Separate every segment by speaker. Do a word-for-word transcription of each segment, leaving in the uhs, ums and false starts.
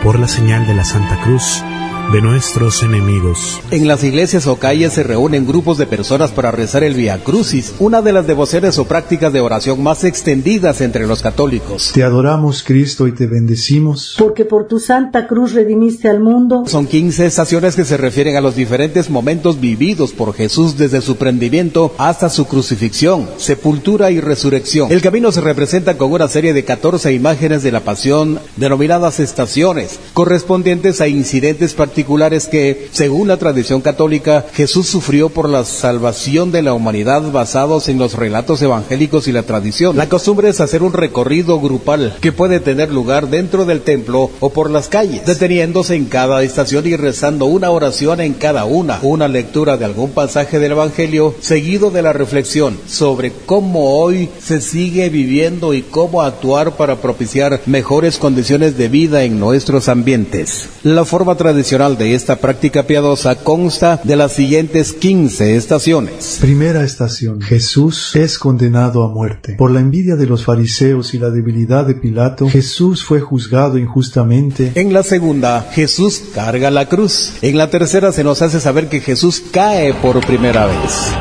Speaker 1: por la señal de la Santa Cruz de nuestros enemigos.
Speaker 2: En las iglesias o calles se reúnen grupos de personas para rezar el Vía Crucis, una de las devociones o prácticas de oración más extendidas entre los católicos.
Speaker 3: Te adoramos, Cristo, y te bendecimos,
Speaker 4: porque por tu Santa Cruz redimiste al mundo.
Speaker 2: Son quince estaciones que se refieren a los diferentes momentos vividos por Jesús desde su prendimiento hasta su crucifixión, sepultura y resurrección. El camino se representa con una serie de catorce imágenes de la pasión, denominadas estaciones, correspondientes a incidentes particulares que, según la tradición católica, Jesús sufrió por la salvación de la humanidad basados en los relatos evangélicos y la tradición. La costumbre es hacer un recorrido grupal que puede tener lugar dentro del templo o por las calles, deteniéndose en cada estación y rezando una oración en cada una, una lectura de algún pasaje del Evangelio, seguido de la reflexión sobre cómo hoy se sigue viviendo y cómo actuar para propiciar mejores condiciones de vida en nuestros ambientes. La forma tradicional de esta práctica piadosa consta de las siguientes quince estaciones.
Speaker 3: Primera estación. Jesús es condenado a muerte. Por la envidia de los fariseos y la debilidad de Pilato, Jesús fue juzgado injustamente.
Speaker 2: En la segunda, Jesús carga la cruz. En la tercera se nos hace saber que Jesús cae por primera vez.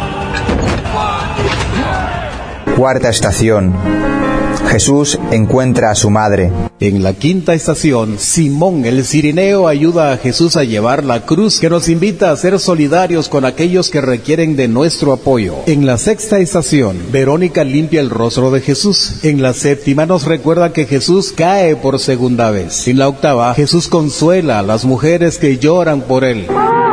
Speaker 5: Cuarta estación. Jesús encuentra a su madre.
Speaker 2: En la quinta estación, Simón el Cirineo ayuda a Jesús a llevar la cruz, que nos invita a ser solidarios con aquellos que requieren de nuestro apoyo. En la sexta estación, Verónica limpia el rostro de Jesús. En la séptima nos recuerda que Jesús cae por segunda vez. En la octava, Jesús consuela a las mujeres que lloran por él.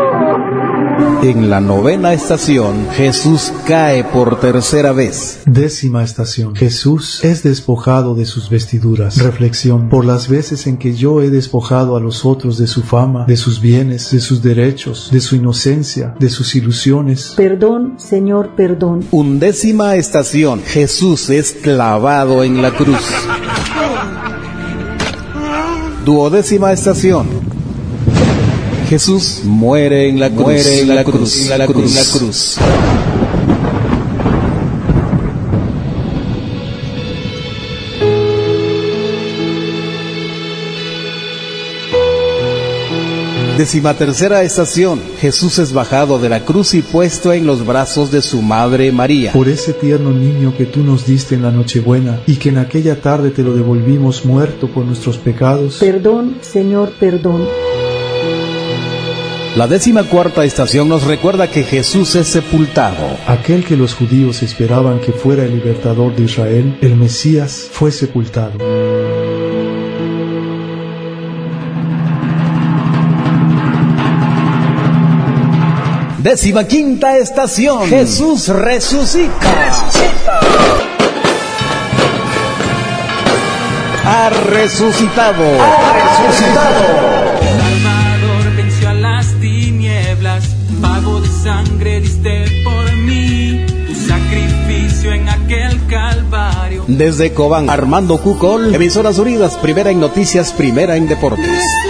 Speaker 2: En la novena estación, Jesús cae por tercera vez.
Speaker 3: Décima estación. Jesús es despojado de sus vestiduras. Reflexión. Por las veces en que yo he despojado a los otros de su fama, de sus bienes, de sus derechos, de su inocencia, de sus ilusiones.
Speaker 4: Perdón, Señor, perdón.
Speaker 2: Undécima estación. Jesús es clavado en la cruz. Duodécima estación. Jesús muere en la cruz, muere en la cruz, en la cruz, en la cruz. Decimatercera estación. Jesús es bajado de la cruz y puesto en los brazos de su madre María.
Speaker 3: Por ese tierno niño que tú nos diste en la Nochebuena y que en aquella tarde te lo devolvimos muerto por nuestros pecados.
Speaker 4: Perdón, Señor, perdón.
Speaker 2: La décima cuarta estación nos recuerda que Jesús es sepultado.
Speaker 3: Aquel que los judíos esperaban que fuera el libertador de Israel, el Mesías, fue sepultado.
Speaker 2: Décima quinta estación. Jesús resucita. Resucita. Ha resucitado. Ha resucitado.
Speaker 6: Pago de sangre diste por mí, tu sacrificio en aquel calvario.
Speaker 2: Desde Cobán, Armando Cucol, Emisoras Unidas, primera en noticias, primera en deportes.